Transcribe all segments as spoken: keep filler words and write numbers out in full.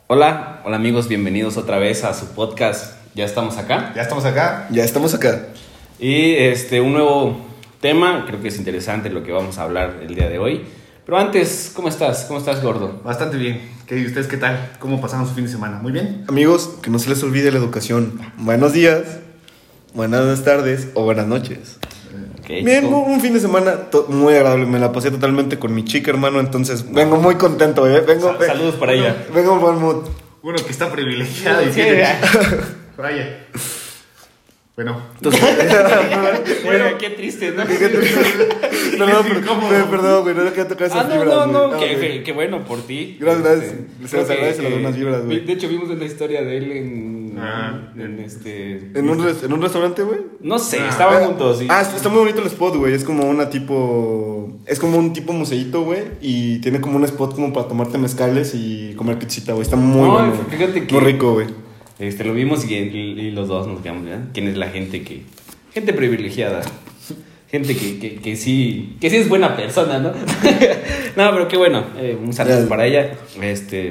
Hola, hola amigos, bienvenidos otra vez a su podcast. Ya estamos acá. Ya estamos acá. Ya estamos acá. Y este, un nuevo tema, creo que es interesante lo que vamos a hablar el día de hoy. Pero antes, ¿cómo estás? ¿Cómo estás, gordo? Bastante bien. ¿Qué, ¿Y ustedes qué tal? ¿Cómo pasaron su fin de semana? ¿Muy bien? Amigos, que no se les olvide la educación. Buenos días, buenas tardes o buenas noches. Okay, Bien, ¿cómo? un fin de semana to- muy agradable. Me la pasé totalmente con mi chica, hermano. Entonces, vengo muy contento, ¿eh? Vengo, Sa- saludos para ella. Vengo en buen mood. Uno que está privilegiado y Sí, tiene... ya. Vaya. Bueno. Entonces, Bueno, qué triste, ¿no? no, no, per- per- perdón, güey. No le quería tocar esas Ah, no, vibras, no, no, güey. qué, ok. qué- qué bueno por ti. Gracias, gracias. Este, Se creo les agradece las que, buenas vibras, güey. De hecho, vimos una historia de él en... Ah. en este... ¿En un, res- ¿En un restaurante, güey? No sé, Ah. estaban Ah, juntos. Y... Ah, está está muy bonito el spot, güey. Es como una tipo... Es como un tipo museíto, güey. Y tiene como un spot como para tomarte mezcales y comer pizzita, güey. Está muy No, bueno, güey. fíjate que- Muy rico, güey. Este, lo vimos y, y- y los dos nos quedamos, ¿verdad? ¿Quién es la gente que... Gente privilegiada. Gente que, que, que sí... Que sí es buena persona, ¿no? No, pero qué bueno. Eh, un saludo Gracias. para ella. Este...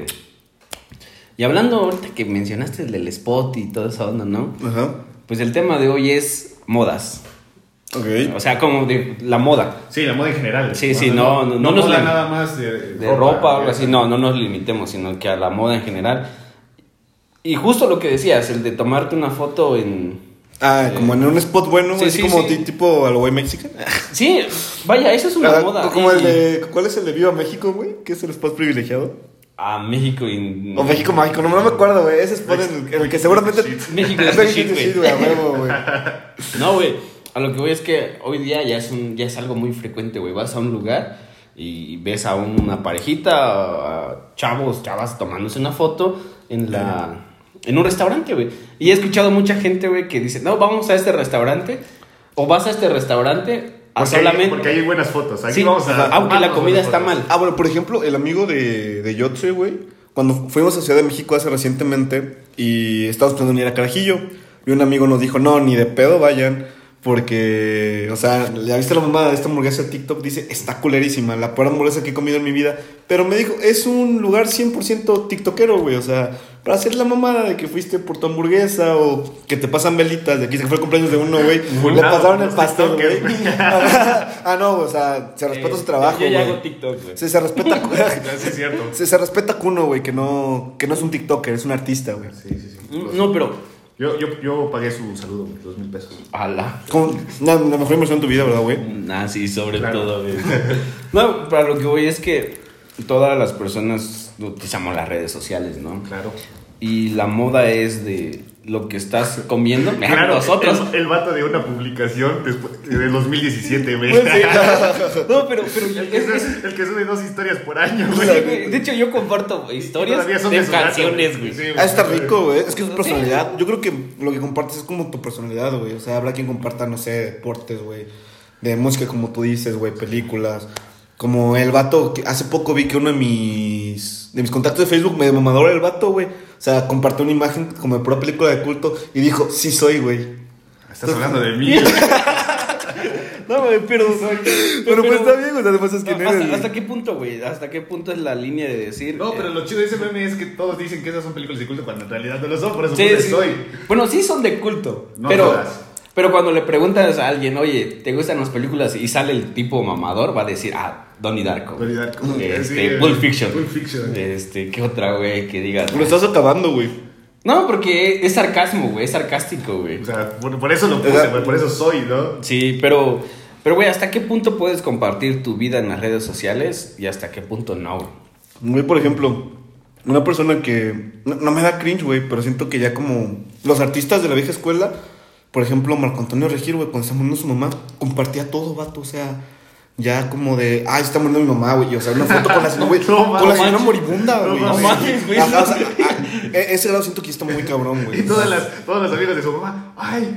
Y hablando ahorita que mencionaste el del spot y toda esa onda, ¿no? Ajá. Pues el tema de hoy es modas. Ok. O sea, como de la moda. Sí, la moda en general. Sí, sí, no, no, no no nos moda lim- nada más de, De ropa o algo así. No, no nos limitemos, sino que a la moda en general. Y justo lo que decías, el de tomarte una foto en... Ah, Eh, como en un spot bueno, sí, güey. Así sí, como sí. ti- tipo a lo güey Mexican. Sí, vaya, eso es una Ah, moda. Como y- el de... ¿Cuál es el de Viva México, güey? ¿Qué es el spot privilegiado? A México y... O México Mágico. No, no me acuerdo, güey. Ese spot en el, en el que seguramente... México es México shit, is güey. shit, güey. A huevo, güey. No, güey, a lo que voy es que hoy día ya es, un, ya es algo muy frecuente, güey. Vas a un lugar y ves a una parejita, a chavos, chavas tomándose una foto en la... En un restaurante, güey. Y he escuchado mucha gente, güey, que dice, no, vamos a este restaurante. O vas a este restaurante a Porque, solamente... hay, porque hay buenas fotos. Aquí Sí, vamos a... aunque la tomarnos comida buenas está fotos. mal. Ah, bueno, por ejemplo, el amigo de, de Yotze, güey, cuando fuimos a Ciudad de México hace recientemente y estábamos planeando ir a Carajillo, y un amigo nos dijo, no, ni de pedo vayan, porque, o sea, ya viste la mamada de esta hamburguesa de TikTok, dice, está culerísima, la peor hamburguesa que he comido en mi vida, pero me dijo, es un lugar cien por ciento tiktokero, güey, o sea, para hacer la mamada de que fuiste por tu hamburguesa o que te pasan velitas, de aquí se fue el cumpleaños de uno, güey, le Funado pasaron por el los pastel, güey. tiktokers. Ah, no, o sea, se respeta Eh, su trabajo, Yo ya güey. hago TikTok, güey. Sí, se respeta. Sí, es cierto. se, se respeta a Kuno, güey, que no, que no es un TikToker, es un artista, güey. Sí, sí, sí. Mm, No, pero... Yo, yo, yo pagué su saludo, güey, dos mil pesos. Ojalá. Como la, la mejor inversión de tu vida, ¿verdad, güey? Ah, sí, sobre Claro. todo, güey. No, para lo que voy es que todas las personas utilizamos las redes sociales, ¿no? Claro. Y la moda es de lo que estás comiendo. Claro, nosotros. El, el vato de una publicación después, de dos mil diecisiete, güey. Pues sí. No, pero, pero El que, es- sube, es- el que sube dos historias por año, sí, güey. güey. De hecho, yo comparto historias Todavía son de de su gato, canciones, güey. Sí, Ah, está rico, güey. Es que es Sí. tu personalidad. Yo creo que lo que compartes es como tu personalidad, güey. O sea, habrá quien comparta, no sé, deportes, güey. De música, como tú dices, güey, películas. Como el vato, que hace poco vi que uno de mis, de mis contactos de Facebook, medio mamador el vato, güey. O sea, compartió una imagen como de pura película de culto y dijo, sí soy, güey. Estás hablando de mí. No, güey, pero, pero, pues está bien, o sea, además es No, que ¿hasta, ¿Hasta qué punto, güey? ¿Hasta qué punto es la línea de decir? No, eh, pero lo chido de ese meme es que todos dicen que esas son películas de culto cuando en realidad no lo son, por eso Sí, puse sí. soy. Bueno, sí son de culto. No pero, todas. pero cuando le preguntas a alguien, oye, ¿te gustan las películas? Y sale el tipo mamador, va a decir, ah, Donnie Darko. Donnie Darko. Este, Sí, Pulp Fiction. Pulp Fiction. Este, ¿qué otra, güey? Que digas. Lo estás acabando, güey. No, porque es sarcasmo, güey, es sarcástico, güey. O sea, por, por eso lo puse, güey, por eso soy, ¿no? Sí, pero, pero, güey, ¿hasta qué punto puedes compartir tu vida en las redes sociales y hasta qué punto no, güey? Güey, por ejemplo, una persona que no, no me da cringe, güey, pero siento que ya como los artistas de la vieja escuela, por ejemplo, Marco Antonio Regil, güey, cuando estaba muriendo su mamá, compartía todo, vato, o sea, ya como de, ay, está muriendo mi mamá, güey, o sea, una foto con la señora, güey, No con la mames. señora moribunda, No güey. No mames. mames, güey. Ajá, o sea, a- e- ese grado siento que está muy cabrón, güey. Y todas las, todas las amigas de su mamá, ay,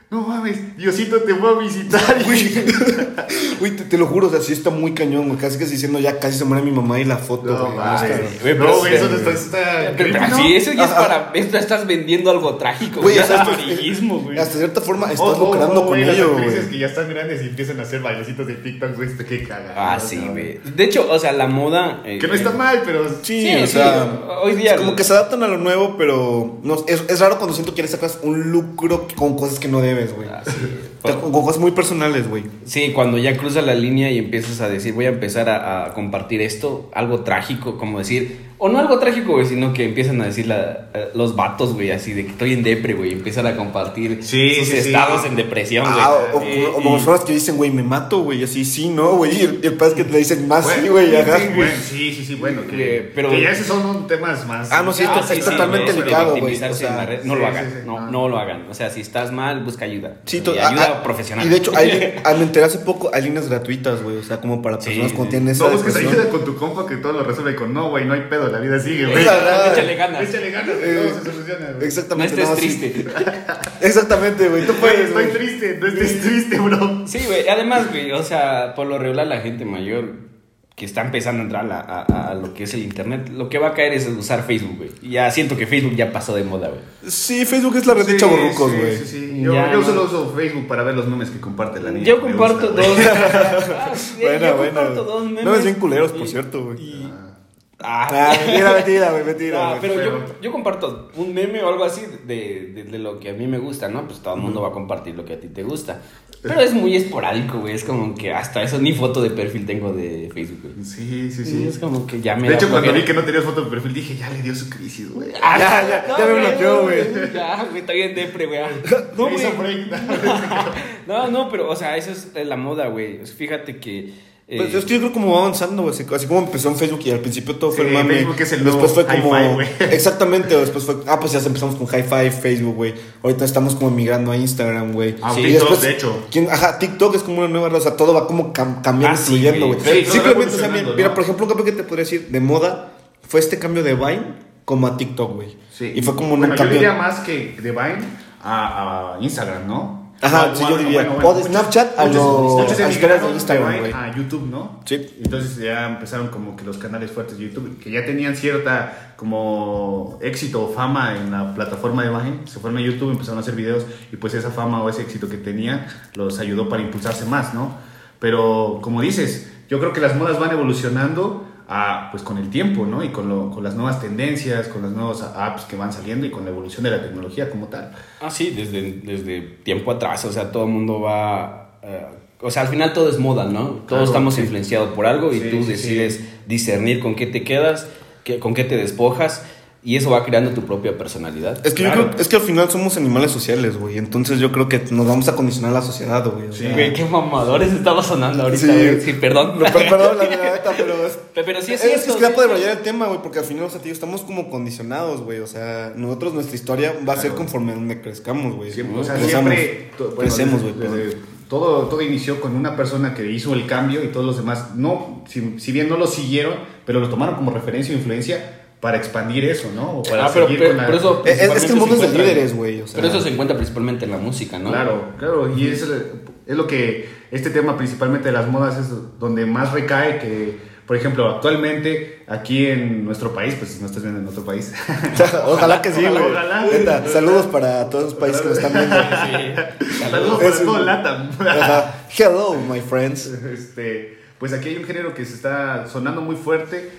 no mames, Diosito te fue a visitar, güey. Güey, te, te lo juro, o sea, sí está muy cañón, güey. Casi que diciendo ya casi se muere mi mamá y la foto, No, güey. mames. Está- No, güey, eso no está, está Pero, creepy, ¿no? sí, eso ya es Ajá. para. Esto estás vendiendo algo trágico, Güey, güey. o sea, Es esto- amarillismo, güey. hasta cierta forma estás Oh, oh, lucrando oh, con güey, las ello, actrices güey. que ya están grandes y empiezan a hacer bailecitos de TikTok, güey, esto qué caga. Ah, sí, güey. De hecho, o sea, la moda. eh, Que no está eh, mal, pero... Sí, Sí, o sí, sea, hoy día- es como que se adaptan a lo nuevo, pero no, es, es raro cuando siento que le sacas un lucro con cosas que no debes, güey. Ah, sí. O sea, con, con cosas muy personales, güey. Sí, cuando ya cruzas la línea y empiezas a decir, voy a empezar a, a compartir esto, algo trágico, como decir, o no algo trágico, güey, sino que empiezan a decir la, eh, los vatos, güey, así de que estoy en depre, güey, empiezan a compartir Sí, sus sí, sí. estados en depresión, güey. Ah, o, o- Eh, o y- como personas que dicen, güey, me mato, güey, así, sí, no, güey. Y el, y el pedo es que te dicen más, Bueno, sí, güey, ajá. sí, bueno, sí, sí, sí, bueno, que, Eh, pero- que ya esos son temas más... Ah, no, sí, Ah, esto es totalmente eso de delicado, güey, victimizarse o sea, en la red, no sí, lo sí, hagan, sí, no, no. no lo hagan. O sea, si estás mal, busca ayuda. Sí, y to- ayuda ah, profesional. Y de hecho, hay, ah, me enteré hace poco, hay líneas gratuitas, güey, o sea, como para Sí, personas sí. cuando tienen esa No busques depresión. ayuda con tu compa que todo lo resuelve con no, güey, no hay pedo, la vida sigue, güey. Esa- Échale ganas. Échale ganas, Eh, güey, todo se soluciona, güey. No Exactamente. estés no, sí. triste. Exactamente, güey, tú Güey, puedes, estoy güey. triste, no estés triste, bro. Sí, güey. Además, güey, o sea, por lo regular la gente mayor que está empezando a entrar a, a- a lo que es el internet, lo que va a caer es usar Facebook, güey. Y ya siento que Facebook ya pasó de moda, güey. Sí, Facebook es la red de Sí, chavorrucos, sí, güey. Sí, sí, Yo, Ya, yo no. solo uso Facebook para ver los memes que comparte la niña. Yo Me comparto gusta, güey. dos. Ah, sí, Buena, yo buena. comparto dos memes. No, es bien culeros, por Y- cierto, güey. y- Ah, Ah, mentira, mentira, güey, mentira, Ah, güey. pero yo, Pero- yo comparto un meme o algo así de, de, de lo que a mí me gusta, ¿no? Pues todo el mundo va a compartir lo que a ti te gusta. Pero es muy esporádico, güey. Es como que hasta eso ni foto de perfil tengo de Facebook, güey. Sí, sí, Sí, sí. es como que ya me De da hecho, cuando flojera. vi que no tenías foto de perfil, dije, ya le dio su crisis, güey. Ah, Ya, ya, ya me bloqueó, güey. Ya, güey, estoy en depre, güey. No, No, hizo güey. break. No, no, pero, o sea, eso es la moda, güey. Fíjate que... eh, Pues es que yo creo como va avanzando, güey. Así, así como empezó en Facebook y al principio todo fue Sí, el mame. Facebook es el Después nuevo fue como. Hi-Fi, güey. Exactamente, o después fue. Ah, pues ya empezamos con Hi-Fi, Facebook, güey. Ahorita estamos como migrando a Instagram, güey. Ah, Y TikTok, de hecho. ¿quién- Ajá, TikTok es como una nueva red. O sea, todo va como cam- cambiando, Ah, sí, fluyendo, güey. güey. Sí, todo va Simplemente, o sea, evolucionando, mira, ¿no? por ejemplo, un cambio que te podría decir de moda fue este cambio de Vine como a TikTok, güey. Sí. Y fue como un bueno, yo cambio. diría más que de Vine a, a Instagram, ¿no? Ajá, O- sí, o- yo diría. bueno, bueno, O de muchos- Snapchat a muchos- lo- muchos a historias de emigraron Instagram, Vine güey. a YouTube, ¿no? Sí. Entonces ya empezaron como que los canales fuertes de YouTube, que ya tenían cierta como éxito o fama en la plataforma de Vine, se fueron a YouTube, empezaron a hacer videos y pues esa fama o ese éxito que tenía los ayudó para impulsarse más, ¿no? Pero como dices, yo creo que las modas van evolucionando a, pues con el tiempo, ¿no? Y con, lo, con las nuevas tendencias, con las nuevas apps que van saliendo y con la evolución de la tecnología como tal. Ah, sí, desde, desde tiempo atrás, o sea, todo el mundo va... eh, o sea, al final todo es moda, ¿no? Todos Claro, estamos sí. influenciados por algo y Sí, tú sí, decides sí. discernir con qué te quedas, qué- con qué te despojas y eso va creando tu propia personalidad. Es que Claro. yo creo es que al final somos animales sociales, güey. Entonces yo creo que nos vamos a condicionar a la sociedad, güey. O Sí, sea, Güey, qué mamadores estaba sonando ahorita, Sí. güey. Sí, perdón. No, per- perdón, la neta, pero es. Pero sí es Es, cierto. es que ya sí. puede rayar el tema, güey, porque al final, o sea, tío, estamos como condicionados, güey. O sea, nosotros, nuestra historia va a ser Claro. conforme donde crezcamos, güey. Siempre, o sea, Crezamos. siempre to- bueno, Crecemos, desde- güey, desde- perdón. todo, todo inició con una persona que hizo el cambio y todos los demás, no, si, si bien no lo siguieron, pero lo tomaron como referencia o influencia para expandir eso, ¿no? O para Ah, pero, seguir pero- con la- pero eso... Es, es que el mundo es de principalmente se encuentra- líderes, güey. O sea, Pero eso se encuentra principalmente en la música, ¿no? Claro, claro, y es, es lo que este tema principalmente de las modas es donde más recae que, por ejemplo, actualmente aquí en nuestro país, pues no estás viendo en otro país. Ojalá que sí, Ojalá, güey. ojalá. Neta, saludos para todos los países que nos están viendo. Sí. Saludos para Es un- todo LATAM. Ajá. Hello, my friends. Este, pues aquí hay un género que se está sonando muy fuerte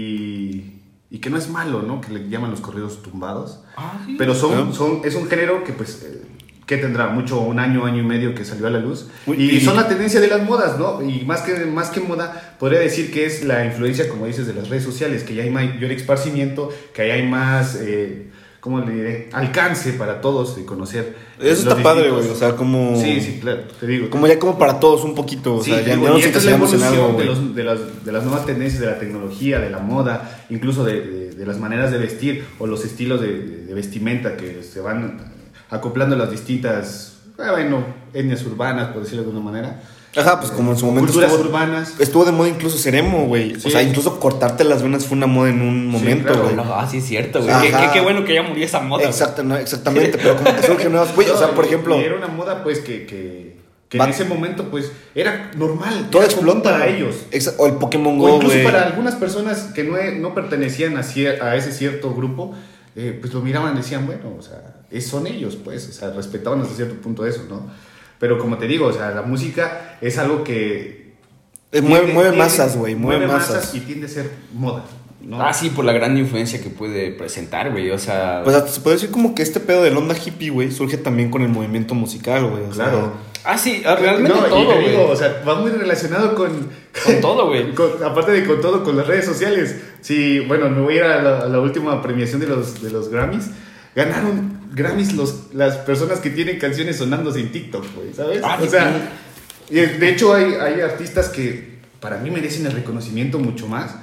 y, y que no es malo, ¿no? Que le llaman los corridos tumbados. Ah, sí. Pero son, Ah. son, es un género que pues, eh, que tendrá mucho, un año, año y medio que salió a la luz. Uy, Y y- son la tendencia de las modas, ¿no? Y más que, más que moda, podría decir que es la influencia, como dices, de las redes sociales, que ya hay mayor esparcimiento, que ahí hay más, eh, ¿cómo le diré? Alcance para todos de conocer. Eso los está padre, distintos- güey. O sea, como. Sí, sí, claro, te digo. Como ya como para todos un poquito. O Sí, sea, ya, digo, ya nos y esta es la encasillamos en evolución algo, de, güey. los- de, las, de las nuevas tendencias de la tecnología, de la moda, incluso de, de- de las maneras de vestir o los estilos de, de vestimenta que se van acoplando a las distintas, eh, bueno, etnias urbanas, por decirlo de alguna manera. Ajá, pues como en su momento culturas estuvo, urbanas. estuvo de moda incluso ser emo, güey. Sí. O sea, incluso cortarte las venas fue una moda en un momento, claro. güey. No, ah, sí, es cierto, güey. Ajá. Qué, qué, qué bueno que ya murió esa moda. Exacto, no, exactamente, pero como que surgen nuevas, güey. O sea, No, por y- ejemplo, y era una moda, pues, que, que, que Va- en ese momento, pues, era normal. todo era común explota. para ellos. Exa- o el Pokémon O Go, incluso güey. para algunas personas que no, no pertenecían a, cier- a ese cierto grupo, eh, pues lo miraban y decían, bueno, o sea, es- son ellos, pues, o sea, respetaban hasta cierto punto eso, ¿no? Pero como te digo, o sea, la música es algo que... Eh, mueve- tiende- mueve tiende- masas, güey, mueve masas. y tiende a ser moda, ¿no? Ah, sí, por la gran influencia que puede presentar, güey. O sea. Pues hasta se puede decir como que este pedo del onda hippie, güey, surge también con el movimiento musical, güey. O sea, Claro. Ah, sí, ah, realmente No, y todo, te digo, güey. o sea, va muy relacionado con... Con todo, güey. Con- aparte de con todo, con las redes sociales. Sí, bueno, me voy a ir a la, a la última premiación de los, de los Grammys. Ganaron Grammys los, las personas que tienen canciones sonándose en TikTok, güey, ¿sabes? Ah, o sea, y de hecho hay, hay artistas que para mí merecen el reconocimiento mucho más.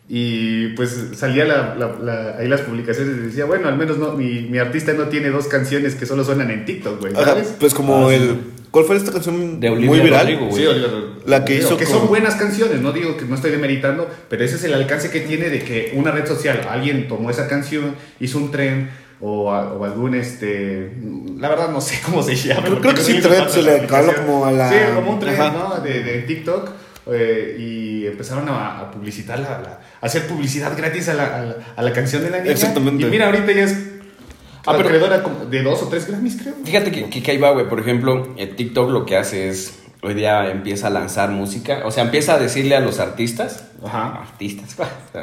Y pues salía la, la- la- ahí las publicaciones y decía, bueno, al menos no, mi, mi artista no tiene dos canciones que solo suenan en TikTok, güey, ajá, ¿sabes? pues como Ah, sí. el... ¿Cuál fue esta canción De Olivia muy viral? Rodrigo, güey. Sí, Oliver, La que digo, hizo que con- son buenas canciones, no digo que no estoy demeritando, pero ese es el alcance que tiene de que una red social, alguien tomó esa canción, hizo un tren o, a- o algún este, la verdad no sé cómo se llama. Creo- porque creo que no sí, soy tren, experto se en la le caló aplicación. como a la- Sí, como un tren, Ajá. ¿no? De, de TikTok. eh, y empezaron a, a publicitar la, la- a hacer publicidad gratis a la, a la, a la canción de la niña. Exactamente. Y mira, ahorita ya es Ah, pero- acreedora como de dos o tres Grammys, creo. Fíjate que, que, que ahí va, güey. Por ejemplo, eh, TikTok lo que hace es. Hoy día empieza a lanzar música. O sea, empieza a decirle a los artistas. Ajá. Artistas.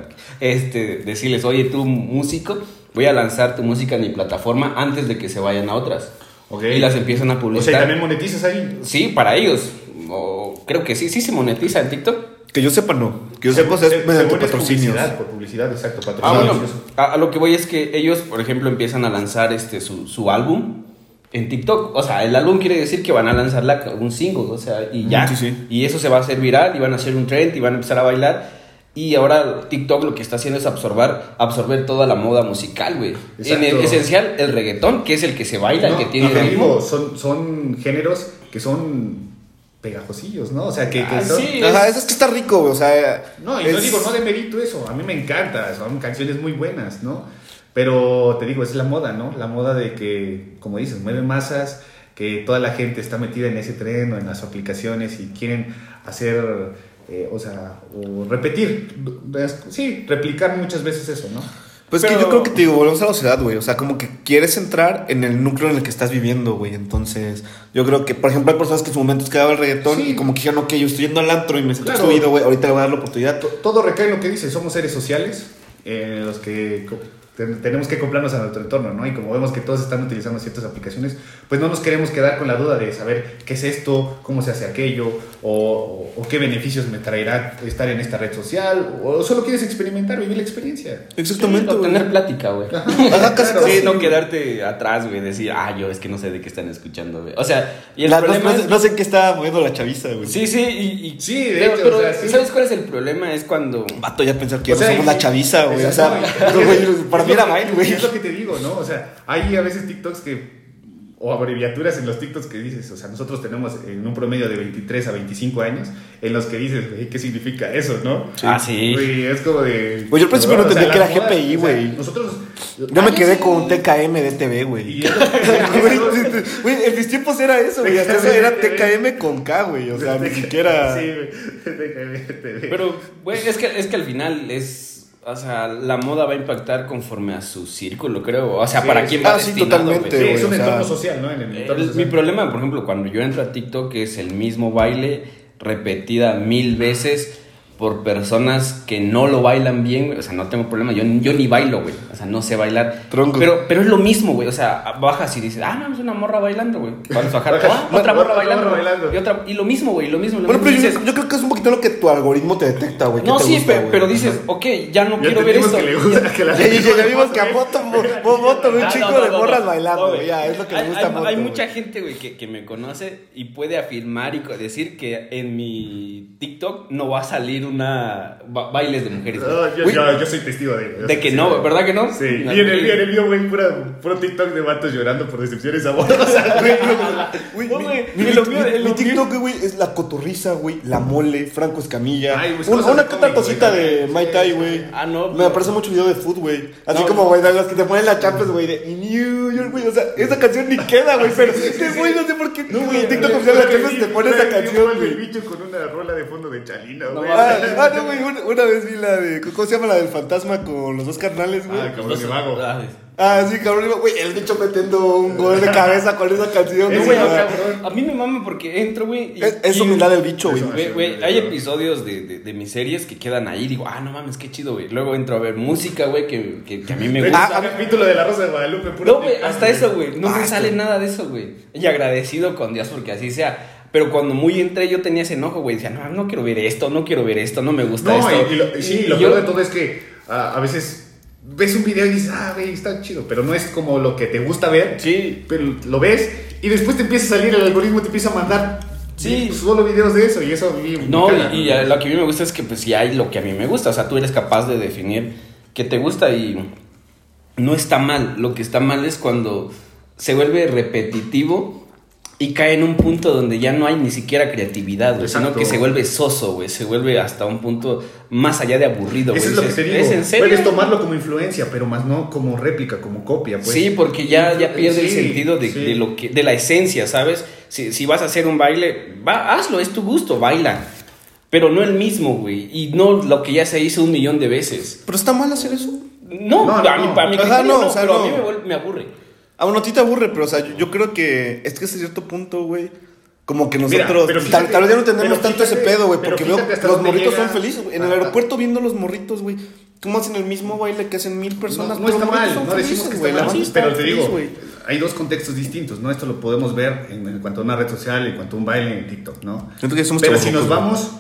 Este, decirles, oye, tú, músico, voy a lanzar tu música en mi plataforma antes de que se vayan a otras. Ok. Y las empiezan a O sea, publicitar. ¿y también monetizas ahí? Sí, para ellos. O, creo que sí, sí se monetiza en TikTok. Que yo sepa, no. Que yo sepa, es mediante Según es patrocinios. Publicidad, por publicidad, exacto, Ah, patrocinios. bueno, a, a lo que voy es que ellos, por ejemplo, empiezan a lanzar este su, su álbum en TikTok. O sea, el álbum quiere decir que van a lanzar la- un single, o sea, y ya. Sí, sí. Y eso se va a hacer viral y van a hacer un trend y van a empezar a bailar. Y ahora TikTok lo que está haciendo es absorber, absorber toda la moda musical, güey. En Exacto. el esencial, el reggaetón, que es el que se baila, No, el que tiene y te ritmo. digo, son, son géneros que son pegajosillos, ¿no? O sea, que, que Ah, son... sí. Ajá, es, es que está rico, güey. O sea. No, y no es- digo, no demerito eso, a mí me encanta, son canciones muy buenas, ¿no? Pero te digo, es la moda, ¿no? La moda de que, como dices, mueve masas, que toda la gente está metida en ese tren o en las aplicaciones y quieren hacer, eh, o sea, o repetir, sí, replicar muchas veces eso, ¿no? Pues Pero- que yo creo que te digo, volvemos a la sociedad, güey. O sea, como que quieres entrar en el núcleo en el que estás viviendo, güey. Entonces, yo creo que, por ejemplo, hay personas que en su momento quedaba el reggaetón Sí. y como que dijeron, ok, yo estoy yendo al antro y me siento Claro. excluido, güey. Ahorita le voy a dar la oportunidad. To- Todo recae en lo que dice, somos seres sociales, eh, en los que co- ten- tenemos que acoplarnos a nuestro entorno, ¿no? Y como vemos que todos están utilizando ciertas aplicaciones, pues no nos queremos quedar con la duda de saber qué es esto, cómo se hace aquello, o, o- o qué beneficios me traerá estar en esta red social, o solo quieres experimentar, vivir la experiencia. Exactamente, O güey. tener plática, güey. Ajá, casi, Claro, Sí, casi. no quedarte atrás, güey, decir, ah, yo es que no sé de qué están escuchando, güey. O sea, y el La- no, problema no sé- es... no sé en qué está moviendo la chaviza, güey. Sí, sí, y... y- Sí, de pero, hecho, pero, o sea, sí. ¿sabes cuál es el problema? Es cuando... Vato, ya pensar que O sea, no somos y- la chaviza, güey. O sea, Exacto, no, güey, es- para es mí lo era que- baile, güey. Es lo que te digo, ¿no? O sea, hay a veces TikToks que, o abreviaturas en los TikToks que dices, o sea, nosotros tenemos en un promedio de veintitrés a veinticinco años, en los que dices, güey, ¿qué significa eso, no? Ah, sí. Güey, es como de... Güey, yo al principio no o sea, entendía que las era G P I, modas, o sea, güey. nosotros... Yo me Ah, quedé sí. con T K M de T V, güey. Y es lo que- Güey, güey, en mis tiempos era eso, güey. Hasta eso era T K M con K, güey. O sea, ni siquiera. Sí, güey. T K M, T V. Pero, güey, es que, es que al final es... O sea, la moda va a impactar conforme a su círculo, creo. O sea, Sí, ¿para sí. quién va Ah, sí, destinado, totalmente, güey? Sí, es un güey, o sea, entorno social, ¿no? En el entorno El- social. mi problema, por ejemplo, cuando yo entro a TikTok es el mismo baile repetida mil veces por personas que no lo bailan bien, güey. O sea, no tengo problema, yo, yo ni bailo, güey. O sea, no sé bailar. Tronco. Pero, pero es lo mismo, güey. O sea, bajas y dices, ah, no, es una morra bailando, güey. Vamos a bajar, Bajas, ah, otra otra morra morra bailando. bailando. Y, otra, y lo mismo, güey, lo mismo. Lo Bueno, mismo. pero Y yo, dices, yo creo que es un poquito lo que tu algoritmo te detecta, güey. ¿Qué no, te sí, gusta, pero, güey? pero dices, ok, ya no Ya quiero ver entendimos esto. que le gusta que la Ya, ya, ya vimos que a ¿eh? Moto, vos Moto, ve un Ah, chico no, no, de no, morras no. bailando, No, güey. Ya, es lo que le hay, gusta a hay- Moto. hay güey. mucha gente, güey, que, que me conoce y puede afirmar y co- decir que en mi TikTok no va a salir una ba- bailes de mujeres. güey. No, yo, Güey. yo, yo soy testigo de ello. De que no, ¿verdad que no? ¿no? Sí, y en el, en el video, güey, pura, puro TikTok de vatos llorando por decepciones amorosas, güey. Güey, No, mi- güey, mi, mi- mi- lo mi- mío- mi lo TikTok, güey, es la cotorriza, güey, la mole, Franco Escamilla. Ay, pues, Un- cosas una de que otra cómic, cosita güey, de también. Mai Tai, güey. Ah, no, Me pero- aparece mucho video de food, güey. Así No, como, no. güey, de las que te ponen la Champions, güey, de New York, güey. O sea, esa canción ni queda, güey, pero güey, no sé por qué. No, güey, en TikTok oficial de la Champions te pone esa canción, El güey. bicho con una rola de fondo de Chalina, No, güey. Ah, ah, no, güey, una, una vez vi la de. ¿Cómo se llama la del fantasma con los dos carnales, güey? Ah, cabrón de vago. Ah, Ah, sí, cabrón, güey, el bicho metiendo un gol de cabeza con esa canción, Ese güey. no, o sea, cabrón. A mí me mama porque entro, güey. y- Es, es y- humildad del bicho, güey. Eso, Güey, güey, hay episodios de, de, de mis series que quedan ahí. Digo, ah, no mames, qué chido, güey. Luego entro a ver música, güey, que, que, que a mí me Ves gusta. Ah, el capítulo de La Rosa de Guadalupe, puro No, güey, TikTok, hasta eso, güey. No Ah, me está. sale nada de eso, güey. Y agradecido con Dios porque así sea. Pero cuando muy entré yo tenía ese enojo, güey. Decía, no, no quiero ver esto, no quiero ver esto, no me gusta No, esto. y, y lo, y sí, lo yo- peor de todo es que ah, a veces ves un video y dices, ah, güey, está chido, pero no es como lo que te gusta ver. Sí. Pero lo ves y después te empieza a salir el algoritmo, te empieza a mandar Sí. solo videos de eso y eso a mí me No, caga, y, y a- lo que a mí me gusta es que pues sí hay lo que a mí me gusta. O sea, tú eres capaz de definir qué te gusta y no está mal. Lo que está mal es cuando se vuelve repetitivo y cae en un punto donde ya no hay ni siquiera creatividad, güey, sino Exacto. que se vuelve soso, güey. Se vuelve hasta un punto más allá de aburrido, güey. Eso es lo que Dices, te digo. ¿es en serio? Puedes tomarlo como influencia, pero más no como réplica, como copia, pues. Sí, porque ya, ya pierde el Sí, sentido de, sí. de lo que, de la esencia, ¿sabes? Si, si vas a hacer un baile, va, hazlo, es tu gusto, baila. Pero no el mismo, güey. Y no lo que ya se hizo un millón de veces. Pero está mal hacer eso. No, No, a no. mí, para mi Ajá, criterio no, no, o sea, pero no. a mí me, vuelve- me aburre. Ah, bueno, a ti te aburre, pero o sea, yo, yo creo que es que hasta cierto punto, güey, como que Mira, nosotros pero tal, fíjate, tal vez ya no entendemos pero tanto ese fíjate, pedo, güey, pero porque veo fíjate hasta los dónde morritos llega. son felices, güey. En el Ajá. aeropuerto viendo los morritos, güey. ¿Cómo hacen el mismo baile que hacen mil personas? No, no pero está los morritos mal, son no decimos felices, que güey, está la mal, banda está pero te feliz, digo, güey. hay dos contextos distintos, ¿no? Esto lo podemos ver en, en cuanto a una red social, en cuanto a un baile en TikTok, ¿no? Siento que somos Pero chavos si nos locos, vamos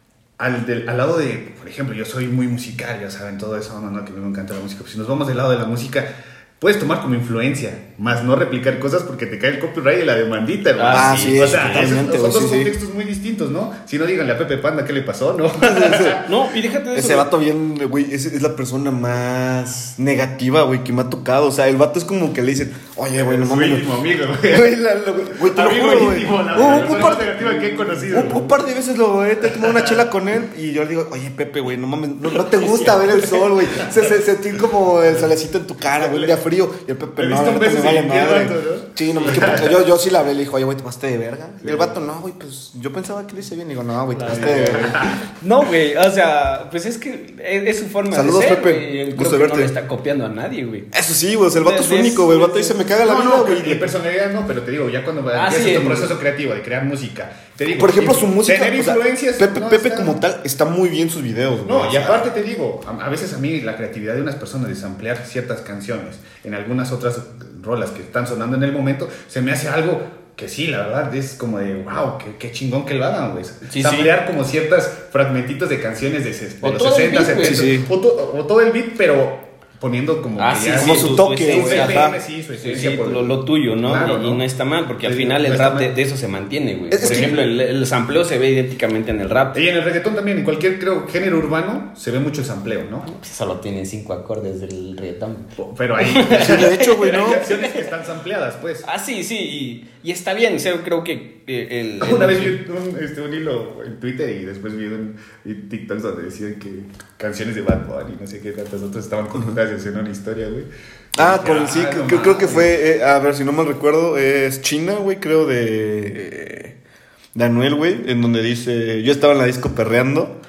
al, del, al lado de, por ejemplo, yo soy muy musical, ya saben, todo eso, no, no, que me encanta la música, pero si nos vamos del lado de la música, puedes tomar como influencia, más no replicar cosas porque te cae el copyright y la demandita, güey. Ah, sí, o sea, totalmente, esos son güey, dos sí, sí. contextos muy distintos, ¿no? Si no, díganle a Pepe Panda qué le pasó, ¿no? No, y déjate de eso. Ese vato bien, güey, es, es la persona más negativa, güey, que me ha tocado. O sea, el vato es como que le dicen, oye, güey, no Es su mames. íntimo amigo, güey. Güey, la- la- güey, te lo Amigo juro, güey. íntimo, la Un- la un persona par- más negativa que he conocido. Un, un par de veces lo he tomado una chela con él y yo le digo, oye, Pepe, güey, no mames, no, no te gusta ver el sol, güey. Se, se, sentir como el solecito en tu cara, güey, el día frío. Y el Pepe, Le no, diste la un neta beso me vale sin pie al madre. vato, ¿no? Sí, no, es que porque yo, yo sí le hablé, le dijo, oye, güey, te pasaste de verga. Y el vato, no, güey, pues yo pensaba que le hice bien. Y digo, no, güey, te pasaste de verga. No, güey, o sea, pues es que es, es su forma Saludos, de ser, Pepe. güey, y él Gusto creo que verte. no le está copiando a nadie, güey. Eso sí, güey, o sea, el vato es Es- único, güey. El vato es- dice, me caga la No, vida, no, güey. de personalidad no, pero te digo, ya cuando Ah, empiezas sí, tu en- proceso creativo de crear música, te digo, Por ejemplo, y- su música. tener o sea, influencias. Pepe, no, Pepe está- como tal está muy bien sus videos, güey. No, o y sea, aparte te digo, a, a veces a mí la creatividad de unas personas de samplear ciertas canciones en algunas otras rolas que están sonando en el momento, se me hace algo que sí, la verdad, es como de wow, qué, qué chingón que lo hagan, güey. Sí, Samplear como ciertas fragmentitos de canciones de, ses- de O los todo el sesenta, beat, güey. setenta, Sí, sí. O, to- o todo el beat, pero poniendo como Ah, que sí, ya como sí, su toque, su güey, B P ajá. M, sí, su Sí, esencia sí, por- lo, lo tuyo, ¿no? Claro, y, y no está mal, porque al Sí, final no el está rap de, mal. de eso se mantiene, güey. Es- Por es que- ejemplo, el, el sampleo se ve idénticamente en el rap. Y en el reggaetón también, en cualquier creo, género urbano, se ve mucho el sampleo, ¿no? Solo tiene cinco acordes del reggaetón. Pero hay, Sí, de hecho, güey, pero hay ¿no? canciones que están sampleadas, pues. Ah, sí, sí, y, y está bien. O sea, creo que eh, el, el- Una vez vi un, este, un hilo en Twitter y después vi un en TikTok donde decían que canciones de Bad Bunny y no sé qué tantas otras estaban conectadas y hacían una historia, güey. Ah, Y con el dije, sí, ah, creo, no creo- creo que mames. fue, eh, a ver si no mal recuerdo, es China, güey, creo de eh, de Anuel, güey, en donde dice, yo estaba en la disco perreando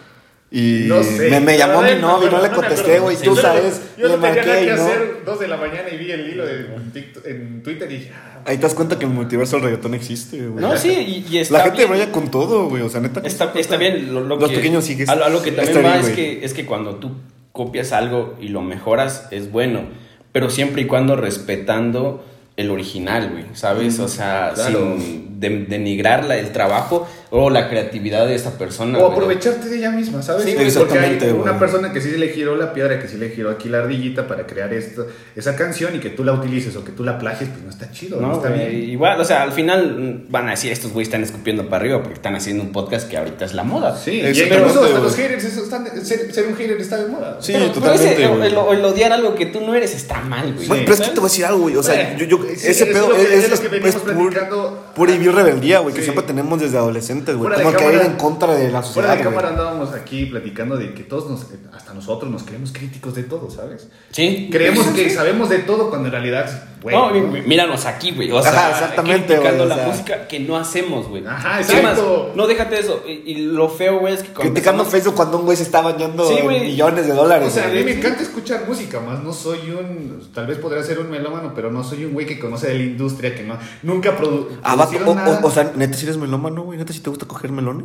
y No sé. me, me llamó A ver, mi novio y no le me contesté, acuerdo. güey, Sí, tú yo- sabes, Yo le no tenía nada marqué que y no. hacer, dos de la mañana y vi el hilo de TikTok- en Twitter y dije, ah, Ahí te das cuenta que el multiverso del reggaetón existe, güey. No, sí, y, y está La gente bien. vaya con todo, güey, o sea, neta. Está, está bien. Lo, lo Los que, pequeños sigues. A, lo- a lo que también Está va bien, es güey. que, es que cuando tú copias algo y lo mejoras, es bueno. Pero siempre y cuando respetando el original, güey, ¿sabes? O sea, claro. sin de- denigrar la- el trabajo. o la creatividad de esta persona. O güey. aprovecharte de ella misma, ¿sabes? Sí, Porque exactamente, hay güey. una persona que sí le giró la piedra, que sí le giró aquí la ardillita para crear esto, esa canción y que tú la utilices o que tú la plagies, pues no está chido, no, No, está güey, bien. igual, o sea, al final van a decir, estos güeyes están escupiendo para arriba porque están haciendo un podcast que ahorita es la moda. Sí, y Exactamente, incluso hasta güey. los haters, eso están- ser, ser un hater está de moda. Sí, Pero, pero totalmente, ese, el, güey. el- el odiar algo que tú no eres está mal, güey. Güey, pero es que te voy a decir algo, güey. O sea, yo, yo, Sí, ese es pedo lo que- es, es lo es, que es venimos pur- platicando. pura y vil rebeldía, güey, que Sí. siempre tenemos desde adolescentes, güey. Fuera de Como que cámara- ir en contra de la Fuera sociedad, de güey. cámara andábamos aquí platicando de que todos nos, hasta nosotros nos creemos críticos de todo, ¿sabes? Sí. Creemos que sabemos de todo cuando en realidad, güey. No, ¿no? mí- míranos aquí, güey. O sea, Ajá, exactamente, criticando güey, o la sea. música que no hacemos, güey. Ajá, Es más, exacto. no, déjate de eso. Y, y lo feo, güey, es que cuando Criticando empezamos- Facebook cuando un güey se está bañando Sí, en güey. millones de dólares. O sea, a güey. mí me encanta escuchar música, más no soy un, tal vez podría ser un melómano, pero no soy un güey que conoce de la industria, que no, nunca produ Ah, vato, producido o, nada. o, o sea, neta si eres melómano, güey, neta si te gusta coger melones.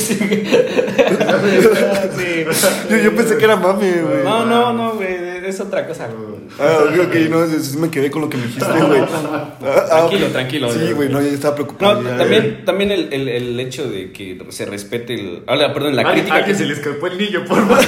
Sí. yo, yo pensé que era mami, güey. No, no, no, güey. Es otra cosa. Ah, ok, ok, no, sí, sí me quedé con lo que me dijiste, güey. Ah, ah, Tranquilo, ok. tranquilo. Sí, güey, no, ya estaba preocupado. No, ya, también, también el, el, el hecho de que se respete el. Ahora, perdón, la Al- crítica. alguien se le escapó el niño, por favor.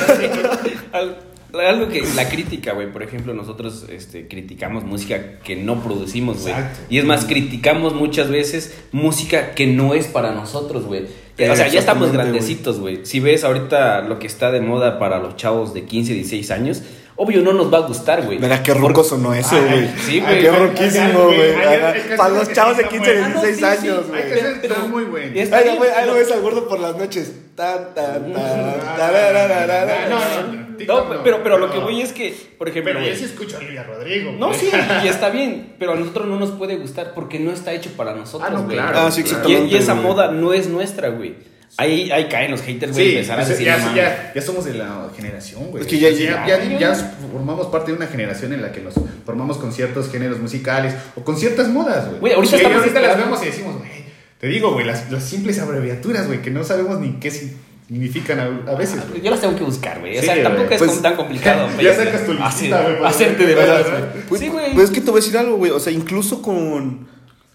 Al- Algo que la crítica, güey, por ejemplo, nosotros este, criticamos música que no producimos, güey. Exacto. Y es más, criticamos muchas veces música que no es para nosotros, güey. O sea, ya estamos Exactamente, grandecitos, güey. Si ves ahorita lo que está de moda para los chavos de quince, dieciséis años, obvio no nos va a gustar, güey. Mira qué ruco sonó eso, Ay, güey. sí, Ay, güey. qué Ay, ruquísimo, ay, güey. ay, Ajá. hay canciones Para los que chavos de sí quince, están buenas. dieciséis Ah, no, sí, años, sí. güey. Hay canciones que están muy buenas. Y está Ay, bien, güey, ahí lo- lo ves al gordo por las noches. Tan, tan, tan, Ah, tarararara. no, no, no, No, TikTok no, pero, pero lo que voy es que, por ejemplo, Pero yo güey, sí escucho a Olivia Rodrigo. no, güey. sí, y está bien, pero a nosotros no nos puede gustar porque no está hecho para nosotros, Ah, no, güey. claro. Ah, sí, Y, exactamente. y esa güey. moda no es nuestra, güey. Ahí, ahí caen los haters, güey, Sí, empezar a pues, decir, ya, no mames. ya, ya somos de la generación, güey. Es que ya- O sea, ya- ya, ya formamos parte de una generación en la que nos formamos con ciertos géneros musicales o con ciertas modas, güey. Güey, ahorita Y estamos ahorita las esperando- vemos y decimos, güey, te digo, güey, las, las simples abreviaturas, güey, que no sabemos ni qué significan a, a veces, güey. Yo las tengo que buscar, güey. O Sí, sea, güey. tampoco es Pues, como tan complicado. ya güey. sacas tu listita, Hacer- güey, para- Hacerte de veras, güey. Pues, Sí, güey. pues es que te voy a decir algo, güey. O sea, incluso con.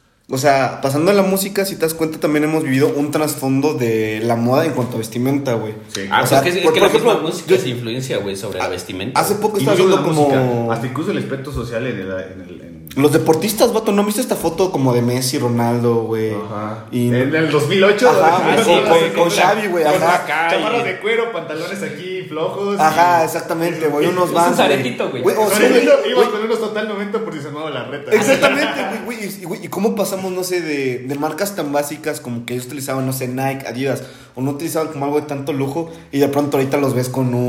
O sea, pasando a la música, si te das cuenta, también hemos vivido un trasfondo de la moda en cuanto a vestimenta, güey. Sí. Ah, o pues sea, es que, es por- que por la misma ejemplo, música yo- se influencia, güey, sobre la vestimenta. Hace poco Y estaba no solo viendo la como. música, hasta incluso el aspecto social en el, en el, en- Los deportistas, vato, ¿no viste esta foto como de Messi, Ronaldo, güey? Ajá. Y... En el dos mil ocho. Ajá, güey, con- sí, con- sí, con sí, Xavi, güey, con ajá. acá, chamarras de cuero, pantalones aquí flojos. Ajá, y- exactamente, güey, unos Es un vans, zaretito, güey. o sea, Iba güey, iba güey, con unos total noventa por si se llamaba la reta. exactamente, güey, güey, y, güey, y cómo pasamos, no sé, de, de marcas tan básicas como que ellos utilizaban, no sé, Nike, Adidas, o no utilizaban como algo de tanto lujo, y de pronto ahorita los ves con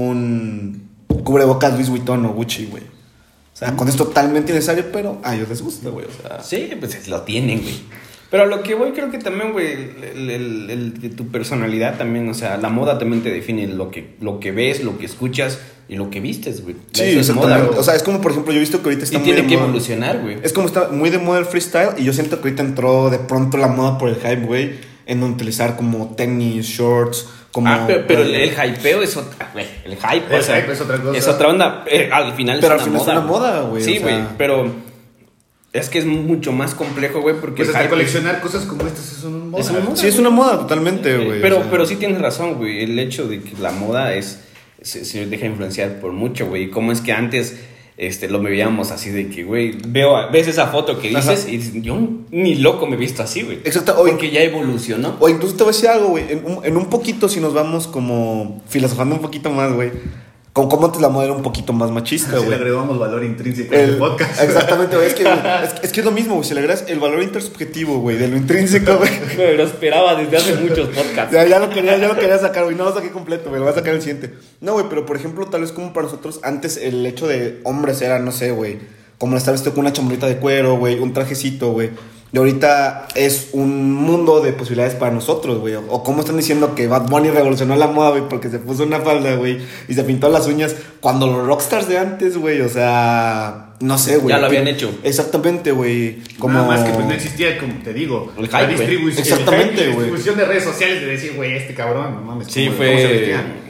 un cubrebocas Louis Vuitton o Gucci, güey. O sea, con es totalmente innecesario, pero a ellos les gusta, güey, o sea. Sí, pues lo tienen, güey. Pero a lo que voy, creo que también, güey, el, el, el de tu personalidad también, o sea, la moda también te define lo que, lo que ves, lo que escuchas y lo que vistes, güey. Sí, Eso es moda, exactamente. güey. O sea, es como, por ejemplo, yo he visto que ahorita está Y muy tiene de que moda. evolucionar, güey. Es como está muy de moda el freestyle y yo siento que ahorita entró de pronto la moda por el hype, güey, en utilizar como tenis, shorts, como... Ah, pero, pero el, el hypeo es otra, güey. El hype, El o sea, hype es otra cosa. Es otra onda. Eh, al final Pero es al una final es moda. una moda, güey, Sí, o güey, sea. pero es que es mucho más complejo, güey, porque Pues el hasta hype- coleccionar cosas como estas es un moda. Es una moda. Sí, es una moda totalmente, Eh, güey. Pero, o sea. pero sí tienes razón, güey. El hecho de que la moda es se, se deja influenciar por mucho, güey. ¿Cómo es que antes este, lo veíamos así de que, güey, veo, ves esa foto que dices Ajá. y dices, yo ni loco me he visto así, güey. Exacto, oye. Porque ya evolucionó. O incluso te voy a decir algo, güey. En un, en un poquito, si nos vamos como filosofando un poquito más, güey. Como, como antes la moda era un poquito más machista, Si le güey. agregamos valor intrínseco al El- podcast. Exactamente, güey. Es que, güey, es, es que es lo mismo, güey. Si le agregas el valor intersubjetivo, güey, de lo intrínseco, güey. Me lo esperaba desde hace muchos podcasts. Ya, ya lo quería, ya lo quería sacar, güey. No lo saqué completo, güey. Lo voy a sacar el siguiente. No, güey, pero por ejemplo, tal vez como para nosotros, antes el hecho de hombres era, no sé, güey, como estar vestido con una chambrita de cuero, güey, un trajecito, güey. Y ahorita es un mundo de posibilidades para nosotros, güey. O como están diciendo que Bad Bunny revolucionó la moda, güey, porque se puso una falda, güey, y se pintó las uñas. Cuando los rockstars de antes, güey, o sea, no sé, güey. Ya lo habían hecho. Exactamente, güey. Como... Nada más que pues no existía, como te digo, El la hype, güey. distribución, Exactamente, el hype, la güey. distribución de redes sociales de decir, güey, este cabrón, no mames. Sí, ¿cómo- cómo se fue. vestían?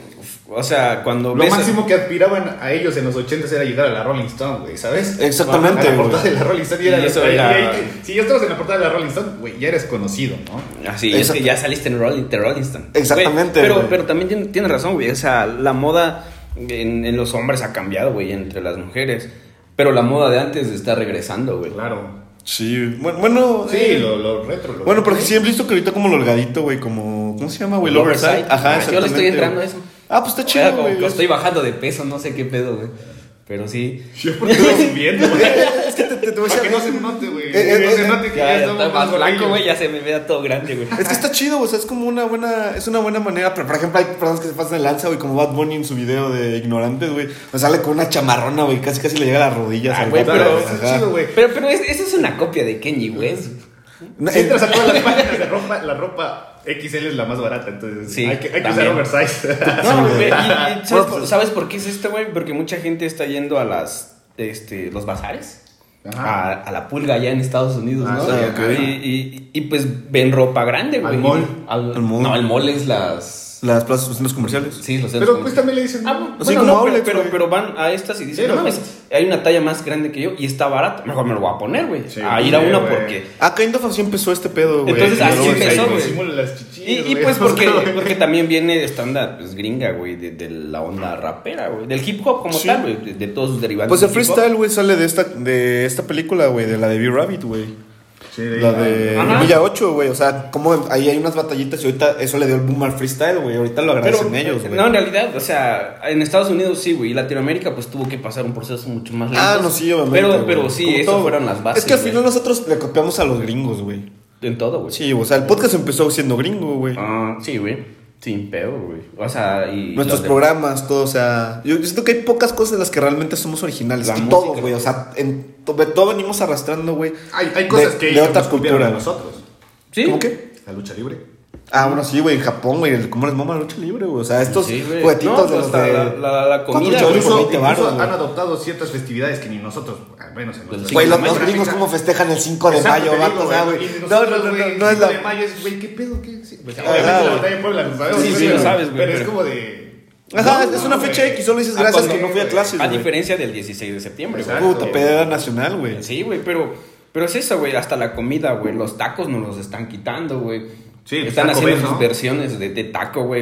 O sea, cuando Lo ves... máximo que aspiraban a ellos en los ochentas era llegar a la Rolling Stone, güey, ¿sabes? Exactamente, A la portada güey. de la Rolling Stone y era... Y eso y era- ahí te- si ya estabas en la portada de la Rolling Stone, güey, ya eres conocido, ¿no? Así, es Exacto. que ya saliste en Rolling, de Rolling Stone. Exactamente, Güey, pero, güey. pero también tiene- tienes razón, güey. O sea, la moda en, en los hombres ha cambiado, güey, entre las mujeres. Pero la moda de antes está regresando, güey. Claro. Sí, bueno, bueno, Sí, eh, lo, lo retro. Lo bueno, retro. porque sí he visto que ahorita como lo holgadito, güey, como, ¿cómo se llama, güey? El El oversize. oversize. Ajá, Ah, yo exactamente. le estoy entrando a eso. Ah, pues está O sea, chido, como güey. que estoy bajando de peso, no sé qué pedo, güey. Pero sí. Yo porque estoy subiendo, güey. Es que te, te, te voy a Para que decir- no se note, güey. Eh, eh, No se eh, note que Ya, ya ya estamos está más blanco, gordillos. güey, ya se me vea todo grande, güey. Es que está chido, o sea, es como una buena, es una buena manera, pero por ejemplo hay personas que se pasan de lanza, güey, como Bad Bunny en su video de Ignorantes, güey, o sale con una chamarrona, güey, casi casi le llega a las rodillas. Ah, al güey, vato, pero- ajá. Está chido, güey. Pero, pero es- eso es una copia de Kenny West. No, Si eh, entras a todas las páginas de ropa, la ropa X L es la más barata, entonces Sí, hay que, hay que usar también. oversize. No, güey, y- y ¿sabes, Bueno, por, pues- ¿sabes por qué es esto, güey? Porque mucha gente está yendo a las, este, los bazares. Ajá. A, a la pulga allá en Estados Unidos, Ah, ¿no? sí, ok. y, y, y, pues ven ropa grande, güey. Al mall. Al- Al mall. No, el mall es las... Las plazas, los centros comerciales. Sí, los centros Pero pues comerciales. también le dicen. Ah, no. bueno, Así no, como pero, outlets, pero, güey. pero van a estas y dicen, Sí, no los mames, outlets. hay una talla más grande que yo y está barato, mejor me lo voy a poner, güey. Sí, a ir a sí, una güey. porque... Ah, Kind of así empezó este pedo, güey. Entonces, El así oversize, empezó, güey. güey. Simula las chichillas, Y, y güey. pues porque, O sea, porque también viene estándar pues, gringa, güey, de, de la onda rapera, güey. Del hip hop como Sí. tal, güey, de, de todos sus derivados. Pues el del hip hop. freestyle, güey, sale de esta, de esta película, güey, de la de B-Rabbit, güey. Sí, de La ahí, de Ajá. Villa ocho, güey, o sea, como ahí hay unas batallitas y ahorita eso le dio el boom al freestyle, güey, ahorita lo Pero, agradecen ellos, güey. no, en realidad, o sea, en Estados Unidos sí, güey, y Latinoamérica pues tuvo que pasar un proceso mucho más lento. Ah, no, sí, obviamente. Pero, güey. pero sí, Como eso todo. fueron las bases. Es que al güey. final nosotros le copiamos a los gringos, güey. En todo, güey. Sí, o sea, el podcast empezó siendo gringo, güey. Ah, sí, güey. Sin pedo, güey. O sea, y... Nuestros los de- programas, todo, o sea, yo, yo siento que hay pocas cosas en las que realmente somos originales. La Y música, todo, güey, güey. o sea, en to- de todo venimos arrastrando, güey. Hay, hay cosas de- que de ellos otra nos copiaron cultura. a nosotros. ¿Sí? ¿Cómo qué? La lucha libre. Ah, bueno, sí, güey, en Japón, güey, el- ¿cómo les mama la lucha libre, güey? O sea, estos Sí, güey. juguetitos No, de los hasta de... la- la- la ¿Cuántos comida, luchadores güey, por Incluso, veinte incluso varos, güey? han adoptado ciertas festividades que ni nosotros, al menos en nuestro Güey, los, cinco de los mayo. gringos cómo festejan el cinco de Exacto, mayo, te digo, vatos, ah, güey. y No, no, nosotros, no, güey, no, no es cinco la... de mayo es, güey, ¿qué pedo? ¿Qué? Sí, pues, Ajá, obviamente la güey. batalla en Puebla lo sabemos. Sí, ¿no? sí, Pero- lo sabes, güey, Pero es pero- como de... Ajá, No, es una no, fecha güey. X, solo dices Ah, gracias cuando- que no fui a clases, A güey. diferencia del dieciséis de septiembre, güey. Exacto. Puta, pedera nacional, güey. Sí, güey, pero, pero es eso, güey. Hasta la comida, güey. Los tacos nos los están quitando, güey. Sí, Están Taco haciendo Bell, sus ¿no? versiones de, de taco, güey.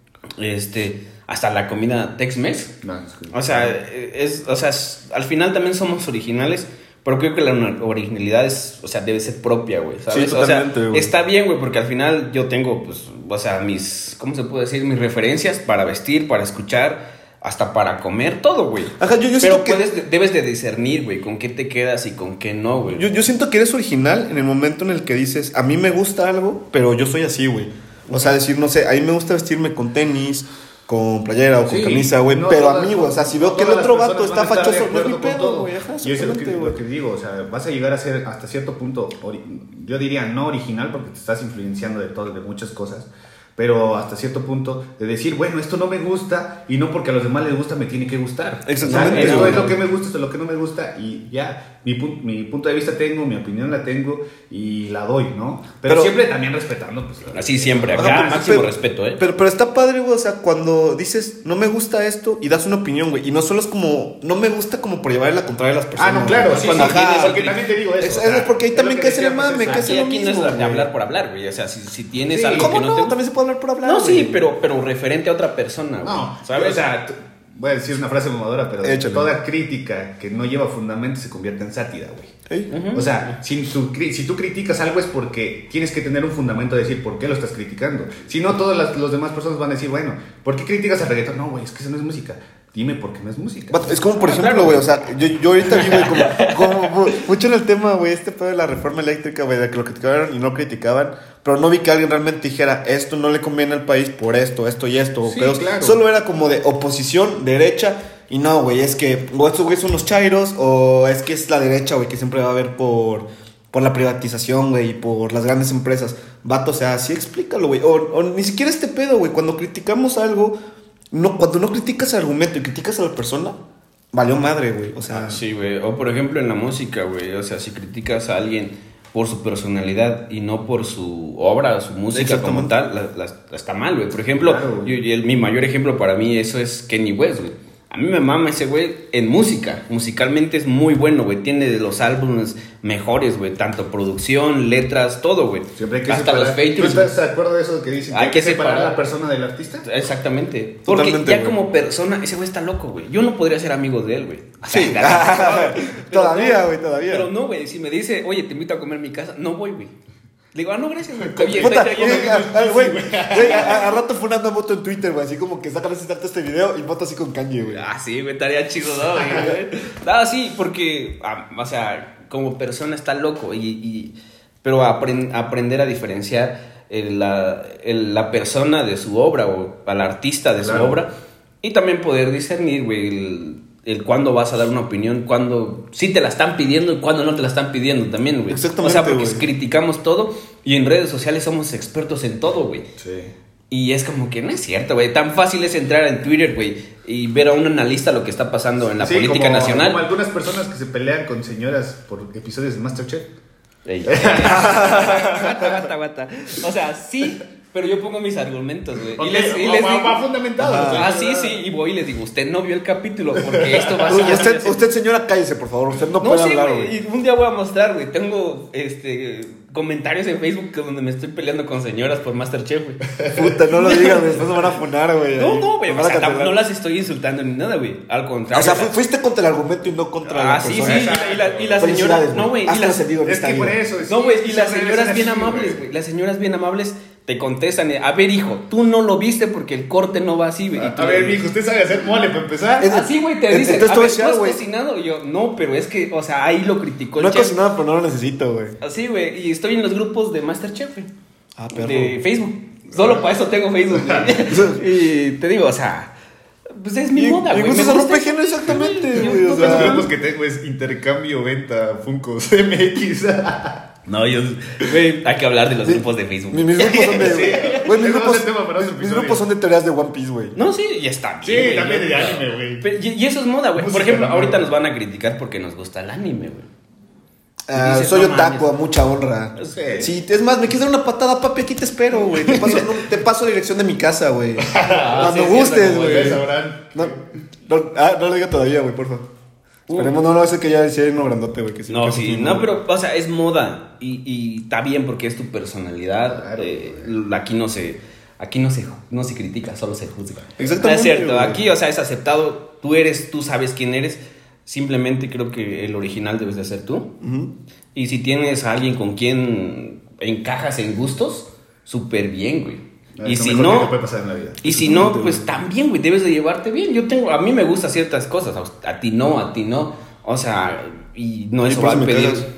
Este, hasta la comida Tex-Mex. No, es que- O sea, es, o sea, es- al final también somos originales, pero creo que la originalidad es, o sea, debe ser propia, güey, ¿sabes? Sí, o sea, totalmente, güey. está bien, güey, porque al final yo tengo, pues, o sea, mis, ¿cómo se puede decir? Mis referencias para vestir, para escuchar, hasta para comer, todo, güey. Ajá, yo, yo Pero siento que... puedes, debes de discernir, güey, con qué te quedas y con qué no, güey. Yo, yo siento que eres original en el momento en el que dices, a mí me gusta algo, pero yo soy así, güey. O sea, decir, no sé, a mí me gusta vestirme con tenis, con playera o con Sí, camisa, güey. no pero todas- a mí, güey, o sea, si veo no que el todas otro las vato personas está van a estar de fachoso, no es mi acuerdo con pedo, todo. güey. Ajá, Y eso es lo que, exactamente, lo güey. que digo, o sea, vas a llegar a ser hasta cierto punto, ori- yo diría no original porque te estás influenciando de todo, de muchas cosas, pero hasta cierto punto de decir, bueno, esto no me gusta y no porque a los demás les gusta me tiene que gustar. Exactamente, O sea, esto güey. es lo que me gusta, esto es lo que no me gusta y ya, mi, pu- mi punto de vista tengo, mi opinión la tengo y la doy, ¿no? Pero, Pero- siempre también respetando, pues. la- Así siempre, Ajá, acá pero- máximo pero- respeto, ¿eh? Pero, pero está padre, güey, o sea, cuando dices, no me gusta esto y das una opinión, güey. Y no solo es como, no me gusta como por llevarle la contraria a las Ah, personas. no, claro, güey. sí, Cuando sí, tienes- porque también te digo eso. Es- o es sea, porque ahí es también lo que hacer el decíamos, mame, es- que hacer Aquí, lo aquí no es mismo, de güey. hablar por hablar, güey. O sea, si, si tienes Sí, algo ¿Cómo que no? no, te... También se puede hablar por hablar, No, güey. sí, pero, pero referente a otra persona, güey. No, ¿sabes? o sea, t- voy a decir una frase mamadora, pero Échale. toda crítica que no lleva fundamento se convierte en sátira, güey. Ey. O sea, si tú, cri- si tú criticas algo es porque tienes que tener un fundamento de decir por qué lo estás criticando. Si no, todas las los demás personas van a decir, bueno, ¿por qué criticas al reggaetón? No, güey, es que eso no es música. Dime por qué no es música. Vato, es como, por Ah, ejemplo, claro. güey, o sea, yo, yo ahorita vi, güey, como, como, como mucho en el tema, güey, este pedo de la reforma eléctrica, güey, de que lo criticaban y no criticaban, pero no vi que alguien realmente dijera, esto no le conviene al país por esto, esto y esto, o Sí, pedos. claro. Solo era como de oposición, derecha, y no, güey, es que, o estos güeyes son los chairos, o es que es la derecha, güey, que siempre va a haber por, por la privatización, güey, y por las grandes empresas. Vato, o sea, sí explícalo, güey, o, o ni siquiera este pedo, güey, cuando criticamos algo... No, cuando no criticas el argumento y criticas a la persona, valió madre, güey. O sea, Sí, güey. O por ejemplo en la música, güey. O sea, si criticas a alguien por su personalidad y no por su obra, su música como tal, la, la, la está mal, güey. Por ejemplo, claro, yo, y el, mi mayor ejemplo para mí eso es Kanye West, güey. A mí me mama ese güey en música. Musicalmente es muy bueno, güey. Tiene de los álbumes mejores, güey. Tanto producción, letras, todo, güey. Siempre hay que hasta separar. los features. ¿Tú estás de acuerdo de eso que dicen? Que hay, hay que que separar separar a la persona del artista. Exactamente. Porque Totalmente, ya güey. Como persona, ese güey está loco, güey. Yo no podría ser amigo de él, güey. Sí. Todavía, güey, no, todavía. Pero no, güey. Si me dice, oye, te invito a comer en mi casa, no voy, güey. Le digo, ah, no, gracias, güey. Oye, Puta, güey, güey, a, a rato fue una moto en Twitter, güey, así como que sacan ese este video y moto así con Kanye, güey. Ah, sí, güey, estaría chido, ¿no? güey? Ah, sí, porque, ah, o sea, como persona está loco, y, y pero aprend, aprender a diferenciar el, la, el, la persona de su obra o al artista de claro. su obra, y también poder discernir, güey, el... el cuándo vas a dar una opinión, cuándo sí te la están pidiendo y cuándo no te la están pidiendo también, güey. Exactamente, o sea, porque güey. criticamos todo y en redes sociales somos expertos en todo, güey. Sí. Y es como que no es cierto, güey. Tan fácil es entrar en Twitter, güey, y ver a un analista lo que está pasando en la sí, política como, nacional. Como algunas personas que se pelean con señoras por episodios de MasterChef. Ey. Guata, guata, guata. O sea, sí... Pero yo pongo mis argumentos, güey. Okay, y les, y va, les va, digo, va fundamentado. Ah, sí, sí. Y voy y les digo, usted no vio el capítulo porque esto va a ser... usted, usted, señora, cállese, por favor. Usted no, no puede sí, hablar, güey. Y un día voy a mostrar, güey. Tengo este, comentarios en Facebook donde me estoy peleando con señoras por MasterChef, güey. Puta, no lo digas, güey. Después me van a funar, güey. No, no, güey. O sea, no las estoy insultando ni nada, güey. Al contrario. O sea, fu- fuiste contra el argumento y no contra ah, la sí, persona. sí, sí. Y la, y la señora... No, güey. Has trascendido en Es esta que vida. por eso... No, güey. Sí, y las sí, señoras sí, bien sí, amables, güey. Las señoras bien amables... te contestan, a ver, hijo, tú no lo viste porque el corte no va así, güey. A, a ver, hijo, ¿usted sabe hacer mole para empezar? Así, güey, te dicen, entonces, a ver, ¿tú ¿tú has güey? cocinado? Y yo, no, pero es que, o sea, ahí lo criticó el No he chef. cocinado, pero no lo necesito, güey. Así, güey, y estoy en los grupos de MasterChef, güey. Ah, perro. De Facebook. Solo para eso tengo Facebook, güey. Y te digo, o sea... Pues es mi y, moda, güey. Y gusta rompe género exactamente, güey. O sea, los grupos que tengo es intercambio, venta, Funkos, M X. No, yo... Güey, hay que hablar de los grupos de Facebook. Mis, mis grupos son de... Sí. Güey, mis, Ese grupos, es el tema para otro mis, mis episodio. grupos son de teorías de One Piece, güey. No, sí, y está Sí, bien, güey. también de anime, güey. Pero- Y, y eso es moda, güey. Por Música ejemplo, normal. ahorita nos van a criticar porque nos gusta el anime, güey. Ah, Dices, soy no otaku, mames. a mucha honra. Sí. Sí, es más, me quieres dar una patada, papi, aquí te espero, güey. Te paso, no, te paso la dirección de mi casa, güey. Ah, Cuando sí, sí, gustes, como güey. Ustedes sabrán. No, no, ah, no lo diga todavía, güey, por favor. Esperemos, no, no, ese que ya decía uno grandote, güey. Que sí, No, que sí, sí, no, pero, o sea, es moda y, y está bien porque es tu personalidad. Claro, eh, aquí no se, aquí no se, no se critica, solo se juzga. Exactamente, No es cierto, güey. aquí, o sea, es aceptado. Tú eres, tú sabes quién eres. Simplemente creo que el original debes de ser tú. Ujú. Y si tienes a alguien con quien encajas en gustos, súper bien, güey. Es Y lo si mejor que no, te puede pasar en la vida. y si no, pues también, güey, debes de llevarte bien. Yo tengo, a mí me gustan ciertas cosas, a, a ti no, a ti no. O sea, y no Y eso por va eso a me pedir. cagas.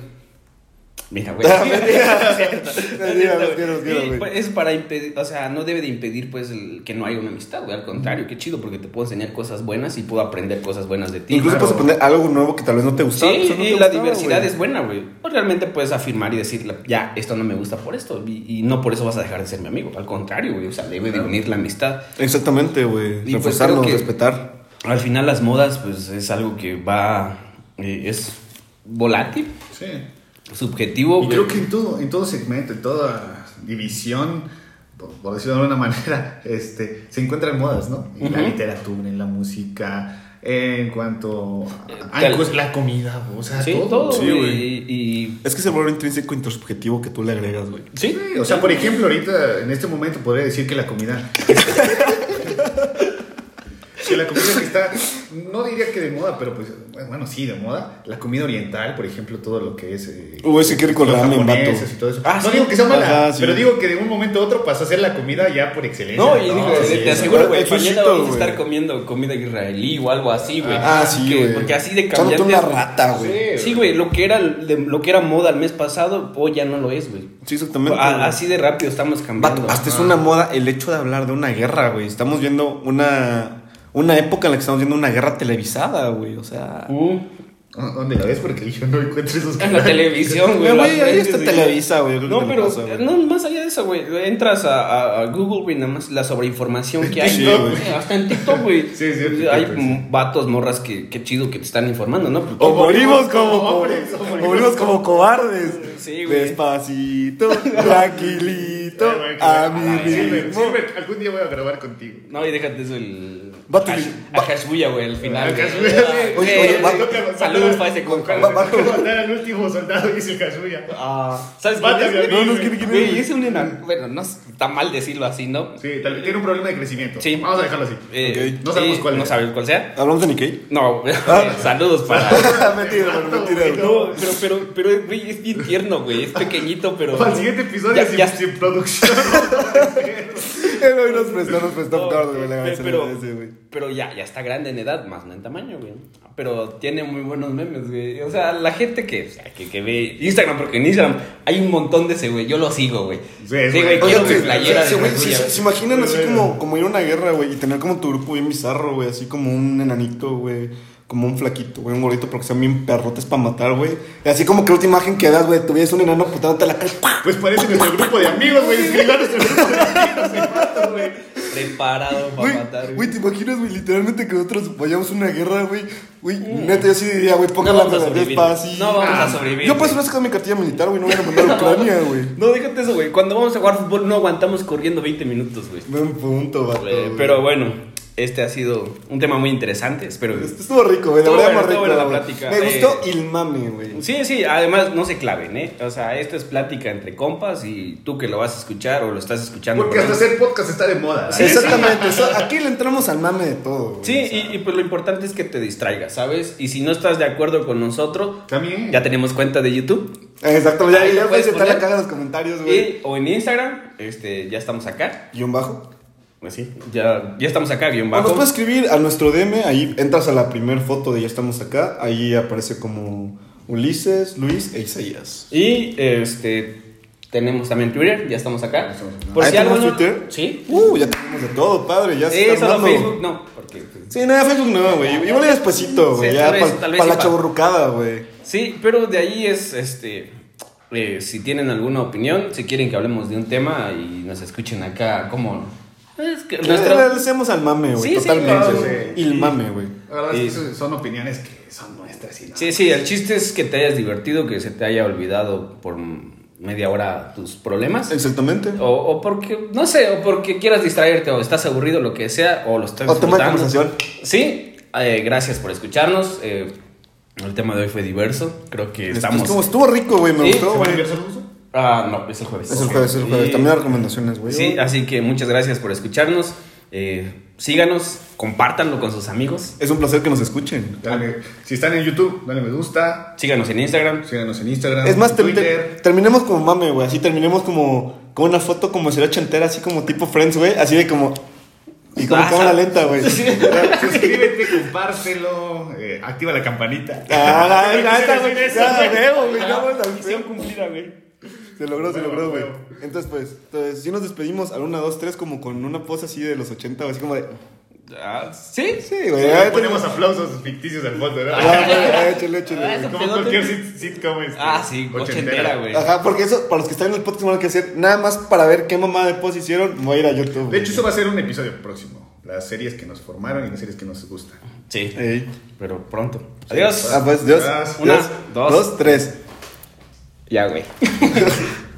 Mira, güey. Ah, mentira. Es cierto, es Mentira, cierto, mentira, güey. mentira, Y, güey. pues, es para impedir, o sea, no debe de impedir, pues, el- que no haya una amistad, güey. Al contrario, qué chido, porque te puedo enseñar cosas buenas y puedo aprender cosas buenas de ti. Incluso Claro. puedes aprender algo nuevo que tal vez no te gustaba. Sí, pues, no te y la gustaba, diversidad güey. es buena, güey. O realmente puedes afirmar y decirle, ya, esto no me gusta por esto. Y, y no por eso vas a dejar de ser mi amigo. Al contrario, güey. O sea, debe de unir la amistad. Exactamente, güey. Y pues Reforzarnos, creo que- respetar. Al final, las modas, pues es algo que va. eh, es volátil, Sí. subjetivo. Y güey. creo que en todo, en todo segmento, en toda división, por, por decirlo de alguna manera, este, se encuentran modas, ¿no? En la Ujú. literatura, en la música, en cuanto a, Tal- a cos- la comida, o sea, Sí, todo. todo, Sí, güey. güey. Y, y- Es que es el valor intrínseco intersubjetivo que tú le agregas, güey. sí, Sí, o sea, por ejemplo, ahorita, en este momento, podría decir que la comida... que la comida que está, no diría que de moda, pero pues, bueno, sí, de moda. La comida oriental, por ejemplo, todo lo que es... Eh, Uh, ese que rico los ramen, japoneses vato. y todo eso. Ah, no sí. digo que sea mala, Ajá, sí. pero digo que de un momento a otro pasó a ser la comida ya por excelencia. no, y digo, sí, te eso. aseguro, güey, El mañana sushito, vamos a güey. estar comiendo comida israelí o algo así, güey. Ah, sí, Que- güey. Porque así de Echándote cambiante. una rata, güey. Sí. Sí, güey, lo que era de- lo que era moda el mes pasado, hoy ya no lo es, güey. Sí, exactamente. A- güey. así de rápido estamos cambiando. Vato, hasta es una moda el hecho de hablar de una guerra, güey. Estamos viendo una, una época en la que estamos viendo una guerra televisada, güey. O sea... Uh, ¿Dónde la ves? Porque yo no encuentro esos en la televisión, güey. Güey, la güey, ahí prendes, está güey. Televisa, güey. yo creo No, que te pero lo pasa, güey. no, más allá de eso, güey. Entras a, a- a Google, güey, nada más la sobreinformación que hay. Sí, ¿no? güey. Hasta en TikTok, güey. Sí, sí, en TikTok, Hay sí. mm, vatos, morras que, que chido que te están informando, ¿no? Porque- O morimos como, como, hombres, o o morimos morimos como cobardes. Sí, Sí, güey. Despacito, tranquilito, Ay, güey, a que- mi Ay, Silver, ritmo. Silver, algún día voy a grabar contigo. No, y déjate eso, el. Vato, hash- va- a Hashbuya, güey, al final. A güey. Hashbuya, Ah, sí. Oye, eh, oye, va- Toca- saludos para ese compa. Va- va- Voy a matar al último soldado y dice el Kazuya. Ah, ¿sabes Mátame quién es? a mí, No, no, güey. ¿quién- quién Güey, es un enano. Bueno, no está mal decirlo así, ¿no? Sí, tal vez tiene un problema de crecimiento. Sí. Vamos a dejarlo así. Eh, Ok. No sabemos sí, cuál No es. sabemos cuál sea. ¿Hablamos de Nikkei? No, saludos para. mentira, hermano, mentira. güey. No, pero, pero, pero, güey, es bien tierno, güey. Es pequeñito, pero. Para el siguiente episodio Ya- sin, ya- sin producción. Él hoy nos prestó, nos prestó No, Carlos, güey, la pero, se pero, le merece, güey. pero ya, ya está grande en edad, más no en tamaño, güey. Pero tiene muy buenos memes, güey. O sea, la gente que, o sea, que, que ve Instagram, porque en Instagram hay un montón de ese, güey. Yo lo sigo, güey. Sí, Sí, güey, güey. quiero Oye, mi sí, playera sí, de güey, Hashbuya, sí, güey. ¿se imaginan así Muy como, bueno. como ir a una guerra, güey, y tener como tu grupo bien bizarro, güey, así como un enanito, güey, como un flaquito, güey, un gordito, porque sean bien perrotes para matar, güey. Y así como que la última imagen que das, güey, tuvieras un enano putándote la cara. ¡pah! Pues parece nuestro grupo de amigos, güey. Escriban nuestro grupo de amigos, el vato, güey. Preparado para Güey, matar, güey. güey, ¿te imaginas, güey, literalmente que nosotros vayamos a una guerra, güey? Güey, neta, yo sí diría, güey, No pónganla vamos a de sobrevivir. despacio. No vamos a Ah, sobrevivir. Yo por güey. eso no he sacado mi cartilla militar, güey, no voy a mandar a Ucrania, güey. No, déjate eso, güey. Cuando vamos a jugar fútbol no aguantamos corriendo veinte minutos, güey. Buen punto, vato. Eh, güey. pero bueno, este ha sido un tema muy interesante. Espero que. Esto estuvo rico, güey, la Estuvo verdad, bueno, más estuvo rico. buena la güey. plática. Me Eh, gustó el mame, güey. Sí, sí, además no se claven, ¿eh? O sea, esto es plática entre compas y tú que lo vas a escuchar o lo estás escuchando. Porque hasta perdón. hacer podcast está de moda. Sí, ¿eh? exactamente. so- aquí le entramos al mame de todo, güey. Sí, o sea. y, y pues lo importante es que te distraigas, ¿sabes? Y si no estás de acuerdo con nosotros, También. ya tenemos cuenta de YouTube. Exacto, ya, Ahí ya lo puedes puedes estar la poner. caga en los comentarios, güey. Y, o en Instagram, este, ya estamos acá. Guión bajo. Pues sí, ya, ya estamos acá, guión O bajo. nos puedes escribir a nuestro D M, ahí entras a la primer foto de ya estamos acá, ahí aparece como Ulises, Luis e Isaías. Y este tenemos también Twitter, ya estamos acá. ¿Ah, si tenemos algo no- Twitter? Sí. Uh, ya tenemos de todo, padre, ya se Sí, está solo armando. Facebook no, porque pues, Sí, nada, Facebook no, güey. Igual ya despacito, güey, Sí, ya tal vez- para tal vez la sí pa- chaburrucada, güey. sí, pero de ahí es este eh, si tienen alguna opinión, si quieren que hablemos de un tema y nos escuchen acá como es que Le nuestro- le hacemos al mame, güey, Sí, sí, totalmente. claro, güey. sí. Y el mame, güey. La verdad es que Y- eso son opiniones que son nuestras. Y no. Sí, sí, el chiste es que te hayas divertido, que se te haya olvidado por media hora tus problemas. Exactamente. O, o porque, no sé, o porque quieras distraerte, o estás aburrido, lo que sea, o lo estás O tema de disfrutando. conversación. Sí, eh, gracias por escucharnos. eh, el tema de hoy fue diverso. Creo que estamos. Estuvo, estuvo rico, güey, me Sí, gustó, ¿Se van a güey. enviar saludos? Ah, no, es el jueves. Es el jueves, es el jueves. Y- También hay recomendaciones, güey. Sí, así que muchas gracias por escucharnos. eh, síganos, compártanlo con sus amigos. Es un placer que nos escuchen. Dale- si están en YouTube, dale me gusta. Síganos en Instagram. Síganos en Instagram. Es más, en ter- ter- Twitter. terminemos como mame, güey. Así terminemos como con una foto como sería ochentera, así como tipo Friends, güey. Así de como. Y como Ah, cámara lenta, güey. Suscríbete, compártelo, eh, activa la campanita. Ah, la neta, güey. Eso, Ya güey. veo, güey. Ya vamos al Misión feo. cumplida, güey. Se logró, se Huevo, logró, güey. huevo. Entonces, pues, entonces, si nos despedimos a una, dos, tres, como con una pose así de los ochenta, así como de. Ah, sí, Sí, güey. Le ya ponemos tenemos- aplausos ficticios al fondo, ¿no? Ah, güey, échale, échale, Ah, güey. eso- Como cualquier sit- sitcom. Este, Ah, sí, ochentera, güey. Ajá, porque eso, para los que están en el podcast, no hay que hacer nada más para ver qué mamá de pose hicieron. Voy a ir a YouTube. De güey. hecho, eso va a ser un episodio próximo. Las series que nos formaron y las series que nos gustan. Sí, Ey. pero pronto. Adiós. Ah, pues, Dios. Gracias. Una, Dios. dos. Dos, tres. Ya, güey.